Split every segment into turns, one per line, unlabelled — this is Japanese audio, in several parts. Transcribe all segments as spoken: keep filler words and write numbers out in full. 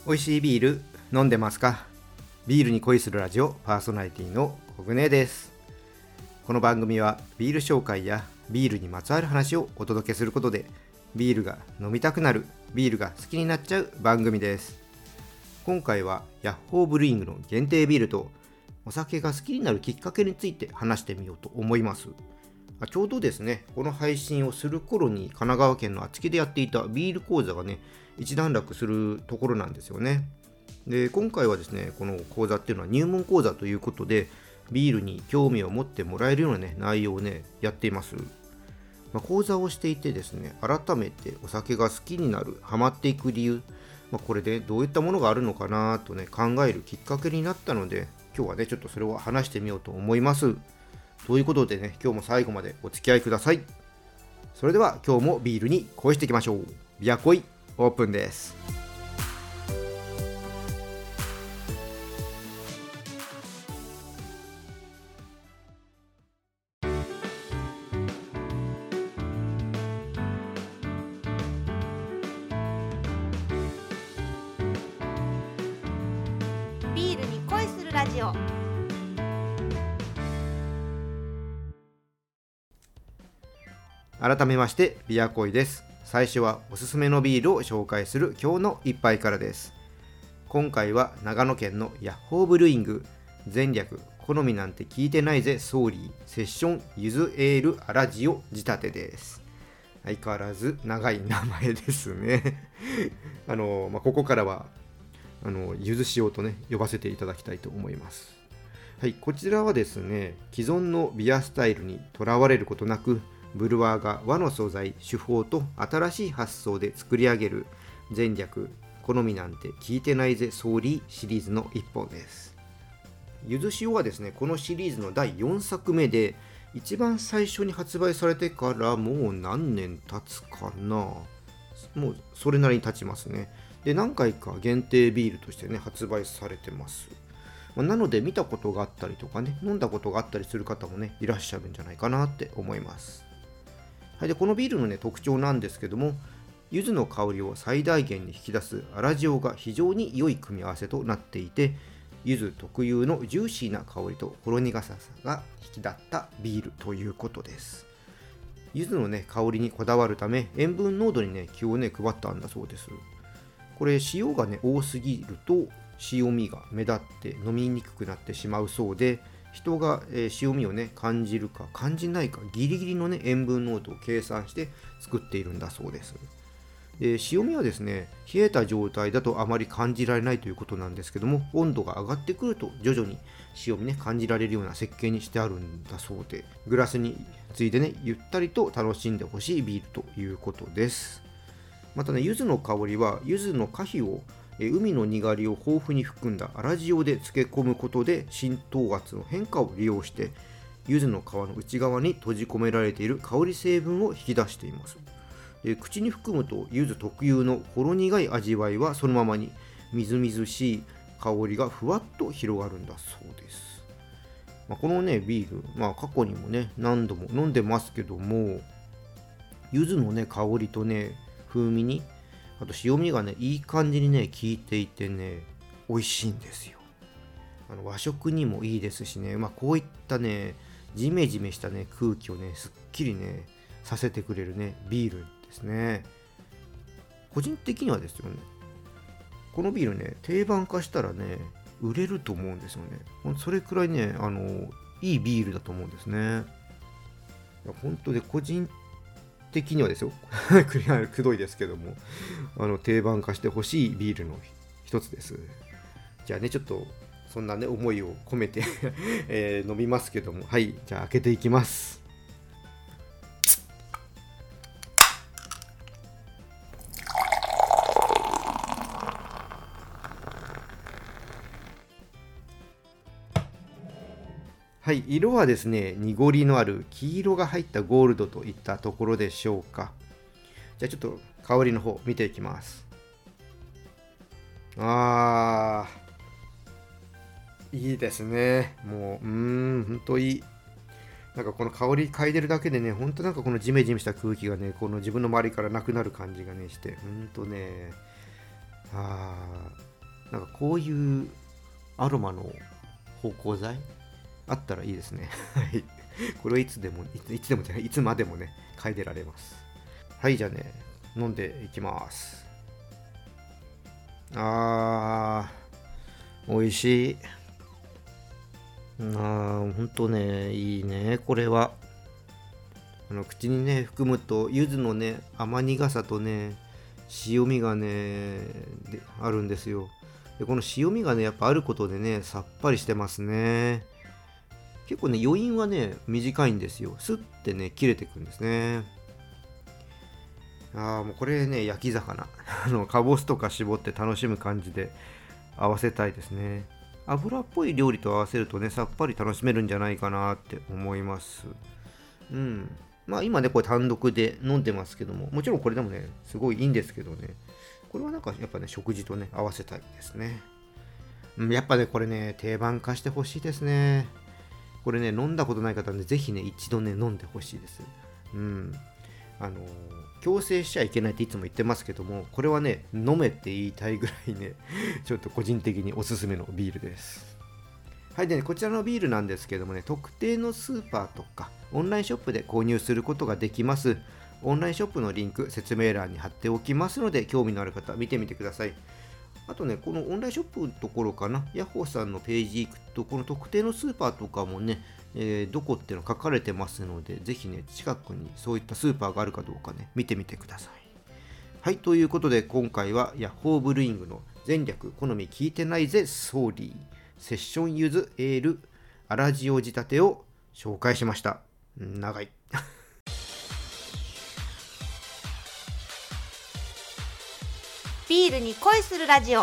美味しいビール飲んでますか？ビールに恋するラジオパーソナリティのコグネです。この番組はビール紹介やビールにまつわる話をお届けすることで、ビールが飲みたくなる、ビールが好きになっちゃう番組です。今回はヤッホーブルーイングの限定ビールとお酒が好きになるきっかけについて話してみようと思います。ちょうどですね、この配信をする頃に神奈川県の厚木でやっていたビール講座がね、一段落するところなんですよね。で、今回はですね、この講座っていうのは入門講座ということで、ビールに興味を持ってもらえるようなね、内容をね、やっています。まあ、講座をしていてですね、改めてお酒が好きになる、ハマっていく理由、まあ、これでどういったものがあるのかなとね、考えるきっかけになったので、今日はね、ちょっとそれを話してみようと思います。ということでね、今日も最後までお付き合いください。それでは今日もビールに恋していきましょう。ビア恋オープンです。
ビールに恋するラジオ。
改めましてビア恋です。最初はおすすめのビールを紹介する今日の一杯からです。今回は長野県のヤッホーブルーイング、前略好みなんて聞いてないぜソーリーセッションゆずエールアラジオ仕立てです。相変わらず長い名前ですねあの、まあ、ここからはあのゆず塩とね呼ばせていただきたいと思います。はい、こちらはですね、既存のビアスタイルにとらわれることなく、ブルワーが和の素材、手法と新しい発想で作り上げる前略好みなんて聞いてないぜソーリーシリーズの一本です。ゆず塩はですね、このシリーズのだいよんさくめで、一番最初に発売されてからもう何年経つかな、もうそれなりに経ちますね。で、何回か限定ビールとしてね発売されてます。なので見たことがあったりとかね、飲んだことがあったりする方もねいらっしゃるんじゃないかなって思います。はい、でこのビールのね特徴なんですけども、柚子の香りを最大限に引き出す粗塩が非常に良い組み合わせとなっていて、柚子特有のジューシーな香りとほろ苦さが引き立ったビールということです。柚子のね香りにこだわるため、塩分濃度にね気をね配ったんだそうです。これ塩がね多すぎると塩味が目立って飲みにくくなってしまうそうで、人が、えー、塩味をね感じるか感じないかギリギリのね塩分濃度を計算して作っているんだそうです。で、塩味はですね、冷えた状態だとあまり感じられないということなんですけども、温度が上がってくると徐々に塩味ね感じられるような設計にしてあるんだそうで、グラスについてねゆったりと楽しんでほしいビールということです。またね、柚子の香りは柚子の果皮を海のにがりを豊富に含んだ粗塩で漬け込むことで浸透圧の変化を利用して、柚子の皮の内側に閉じ込められている香り成分を引き出しています。で、口に含むと柚子特有のほろ苦い味わいはそのままに、みずみずしい香りがふわっと広がるんだそうです。まあ、このねビール、まあ、過去にもね何度も飲んでますけども、柚子のね香りとね風味に、あと塩味がねいい感じにね効いていてね美味しいんですよ。あの和食にもいいですしね、まあ、こういったねジメジメしたね空気をねすっきりねさせてくれるねビールですね。個人的にはですよね、このビールね定番化したらね売れると思うんですよね。それくらいねあのいいビールだと思うんですね。本当で個人的にはですよくどいですけども、あの定番化してほしいビールの一つです。じゃあね、ちょっとそんなね思いを込めて、えー、飲みますけども、はい、じゃあ開けていきます。はい、色はですね、濁りのある黄色が入ったゴールドといったところでしょうか。じゃあちょっと香りの方見ていきます。あー、いいですね。もう、うーん、ほんといい。なんかこの香り嗅いでるだけでね、ほんとなんかこのジメジメした空気がね、この自分の周りからなくなる感じがねして、ほんとね、あなんかこういうアロマの芳香剤あったらいいですね。はい。これはいつでもいつ、いつでもじゃない、いつまでもね、嗅いでられます。はい、じゃあね、飲んでいきます。あー、美味しい。あー、ほんとね、いいね、これは。あの口にね、含むと、柚子のね、甘苦さとね、塩味がね、であるんですよ。で、この塩味がね、やっぱあることでね、さっぱりしてますね。結構ね、余韻はね、短いんですよ。スッてね、切れてくんですね。ああ、もうこれね、焼き魚。あの、かぼすとか絞って楽しむ感じで合わせたいですね。油っぽい料理と合わせるとね、さっぱり楽しめるんじゃないかなって思います。うん。まあ今ね、これ単独で飲んでますけども、もちろんこれでもね、すごいいいんですけどね、これはなんかやっぱね、食事とね、合わせたいですね。うん、やっぱね、これね、定番化してほしいですね。これね、飲んだことない方はね、ぜひね、一度ね、飲んでほしいです。うん。あのー強制しちゃいけないっていつも言ってますけども、これはね、飲めって言いたいぐらいね、ちょっと個人的におすすめのビールです。はい、でね、こちらのビールなんですけどもね、特定のスーパーとかオンラインショップで購入することができます。オンラインショップのリンク、説明欄に貼っておきますので、興味のある方、見てみてください。あとね、このオンラインショップのところかな、ヤッホーさんのページ行くと、この特定のスーパーとかもね、えーどこっていうの書かれてますので、ぜひね、近くにそういったスーパーがあるかどうかね、見てみてください。はい、ということで、今回はヤッホーブルーイングの前略、好み聞いてないぜ、ソーリー、セッションユズエール、アラジオ仕立てを紹介しました。長い。
ビールに恋するラジオ。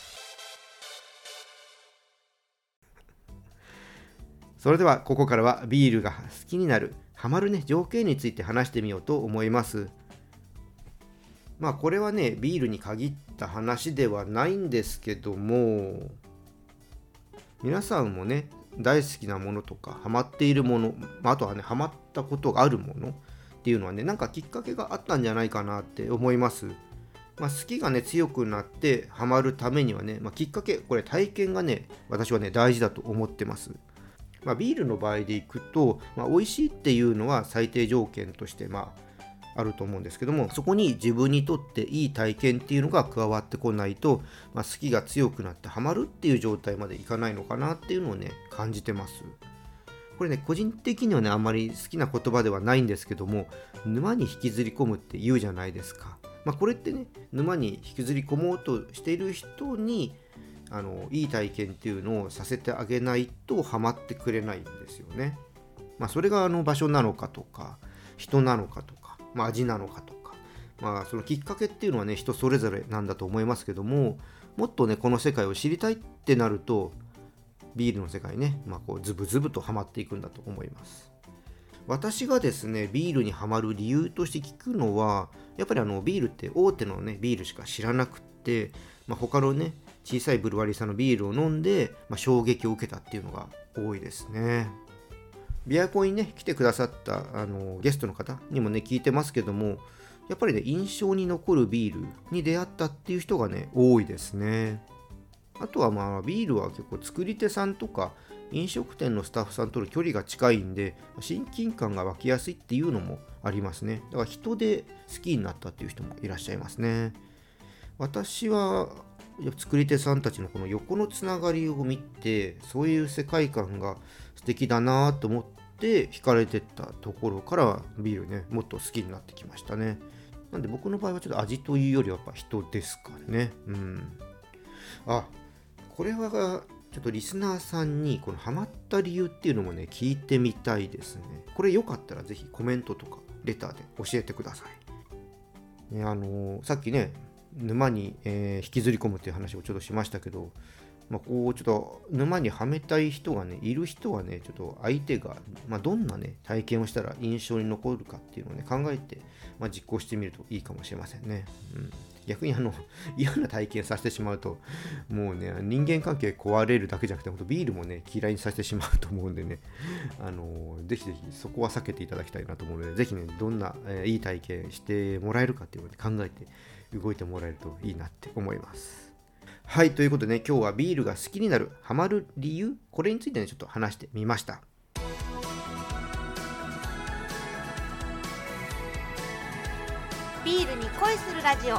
それではここからはビールが好きになるハマるね条件について話してみようと思います。まあこれはねビールに限った話ではないんですけども、皆さんもね大好きなものとかハマっているもの、あとはねハマったことがあるものっていうのはねなんかきっかけがあったんじゃないかなって思います。まあ、好きがね強くなってハマるためにはね、まあ、きっかけ、これ体験がね私はね大事だと思ってます。まあ、ビールの場合でいくと、まあ、美味しいっていうのは最低条件としてまああると思うんですけども、そこに自分にとっていい体験っていうのが加わってこないと、まあ、好きが強くなってハマるっていう状態までいかないのかなっていうのをね感じてます。これね個人的にはねあんまり好きな言葉ではないんですけども、沼に引きずり込むって言うじゃないですか。まあ、これってね沼に引きずり込もうとしている人にあのいい体験っていうのをさせてあげないとハマってくれないんですよね。まあ、それがあの場所なのかとか人なのかとか、まあ、味なのかとか、まあ、そのきっかけっていうのはね人それぞれなんだと思いますけども、もっとねこの世界を知りたいってなるとビールの世界ね、まあ、こうズブズブとハマっていくんだと思います。私がですねビールにハマる理由として聞くのは、やっぱりあのビールって大手のねビールしか知らなくって、まあ、他のね小さいブルワリーさんのビールを飲んで、まあ、衝撃を受けたっていうのが多いですね。ビアコンにね来てくださったあのゲストの方にもね聞いてますけども、やっぱりね印象に残るビールに出会ったっていう人がね多いですね。あとはまあビールは結構作り手さんとか飲食店のスタッフさんとの距離が近いんで親近感が湧きやすいっていうのもありますね。だから人で好きになったっていう人もいらっしゃいますね。私は作り手さんたちのこの横のつながりを見て、そういう世界観が素敵だなと思って惹かれてったところからビールねもっと好きになってきましたね。なんで僕の場合はちょっと味というよりはやっぱ人ですかね。うん。あ、これはちょっとリスナーさんにこのハマった理由っていうのもね聞いてみたいですね。これよかったらぜひコメントとかレターで教えてください。ね、あのーさっきね沼に、えー引きずり込むっていう話をちょっとしましたけど、まあ、こうちょっと沼にはめたい人がねいる人はねちょっと相手が、まあ、どんなね体験をしたら印象に残るかっていうのをね考えて、まあ、実行してみるといいかもしれませんね。うん、逆にあの嫌な体験させてしまうともうね人間関係壊れるだけじゃなくて本当ビールもね嫌いにさせてしまうと思うんでね、あのぜひぜひそこは避けていただきたいなと思うので、ぜひねどんな、えーいい体験してもらえるかっていうのを、ね、考えて動いてもらえるといいなって思います。 はい、ということでね、今日はビールが好きになるハマる理由、これについてねちょっと話してみました。
ビールに恋するラジオ。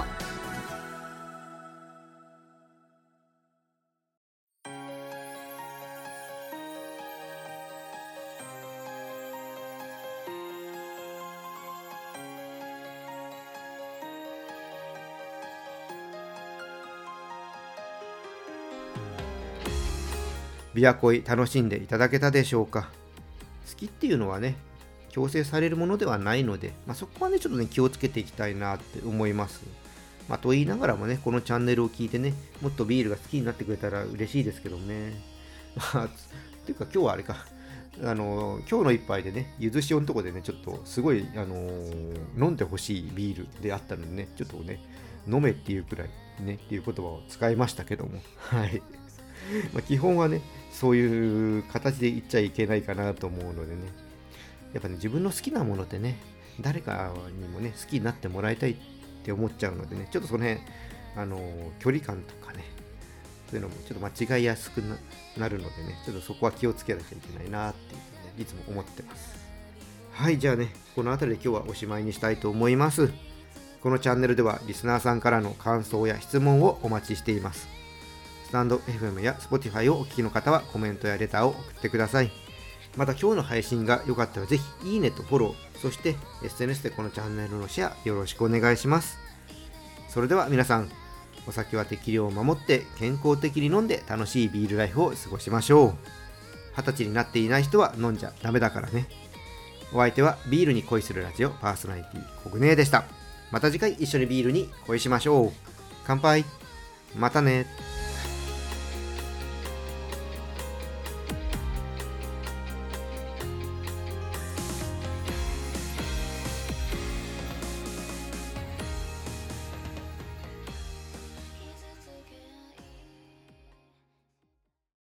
ビア恋楽しんでいただけたでしょうか。好きっていうのはね、強制されるものではないので、まあ、そこはねちょっとね気をつけていきたいなって思います。まあ、と言いながらもね、このチャンネルを聞いてね、もっとビールが好きになってくれたら嬉しいですけどね。まあ、っていうか今日はあれか、あの今日の一杯でね、ゆず塩のとこでね、ちょっとすごい、あのー飲んでほしいビールであったのでね、ちょっとね、飲めっていうくらいね、っていう言葉を使いましたけども、はい。まあ基本はね、そういう形で言っちゃいけないかなと思うのでね、やっぱね、自分の好きなものってね、誰かにもね、好きになってもらいたいって思っちゃうのでね、ちょっとその辺、あのー距離感とかね、そういうのもちょっと間違いやすく な, なるのでね、ちょっとそこは気をつけなきゃいけないなっていうのね、いつも思ってます。はい、じゃあね、この辺りで今日はおしまいにしたいと思います。このチャンネルではリスナーさんからの感想や質問をお待ちしています。スタンド エフエム や Spotify をお聞きの方はコメントやレターを送ってください。また今日の配信が良かったらぜひいいねとフォロー、そして エスエヌエス でこのチャンネルのシェアよろしくお願いします。それでは皆さん、お酒は適量を守って健康的に飲んで楽しいビールライフを過ごしましょう。二十歳になっていない人は飲んじゃダメだからね。お相手はビールに恋するラジオパーソナリティコグネでした。また次回一緒にビールに恋しましょう。乾杯。またね。